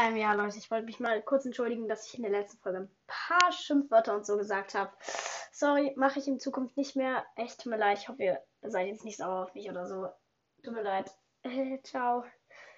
Ja, Leute, ich wollte mich mal kurz entschuldigen, dass ich in der letzten Folge ein paar Schimpfwörter und so gesagt habe. Sorry, mache ich in Zukunft nicht mehr. Echt, tut mir leid. Ich hoffe, ihr seid jetzt nicht sauer auf mich oder so. Tut mir leid. Ciao.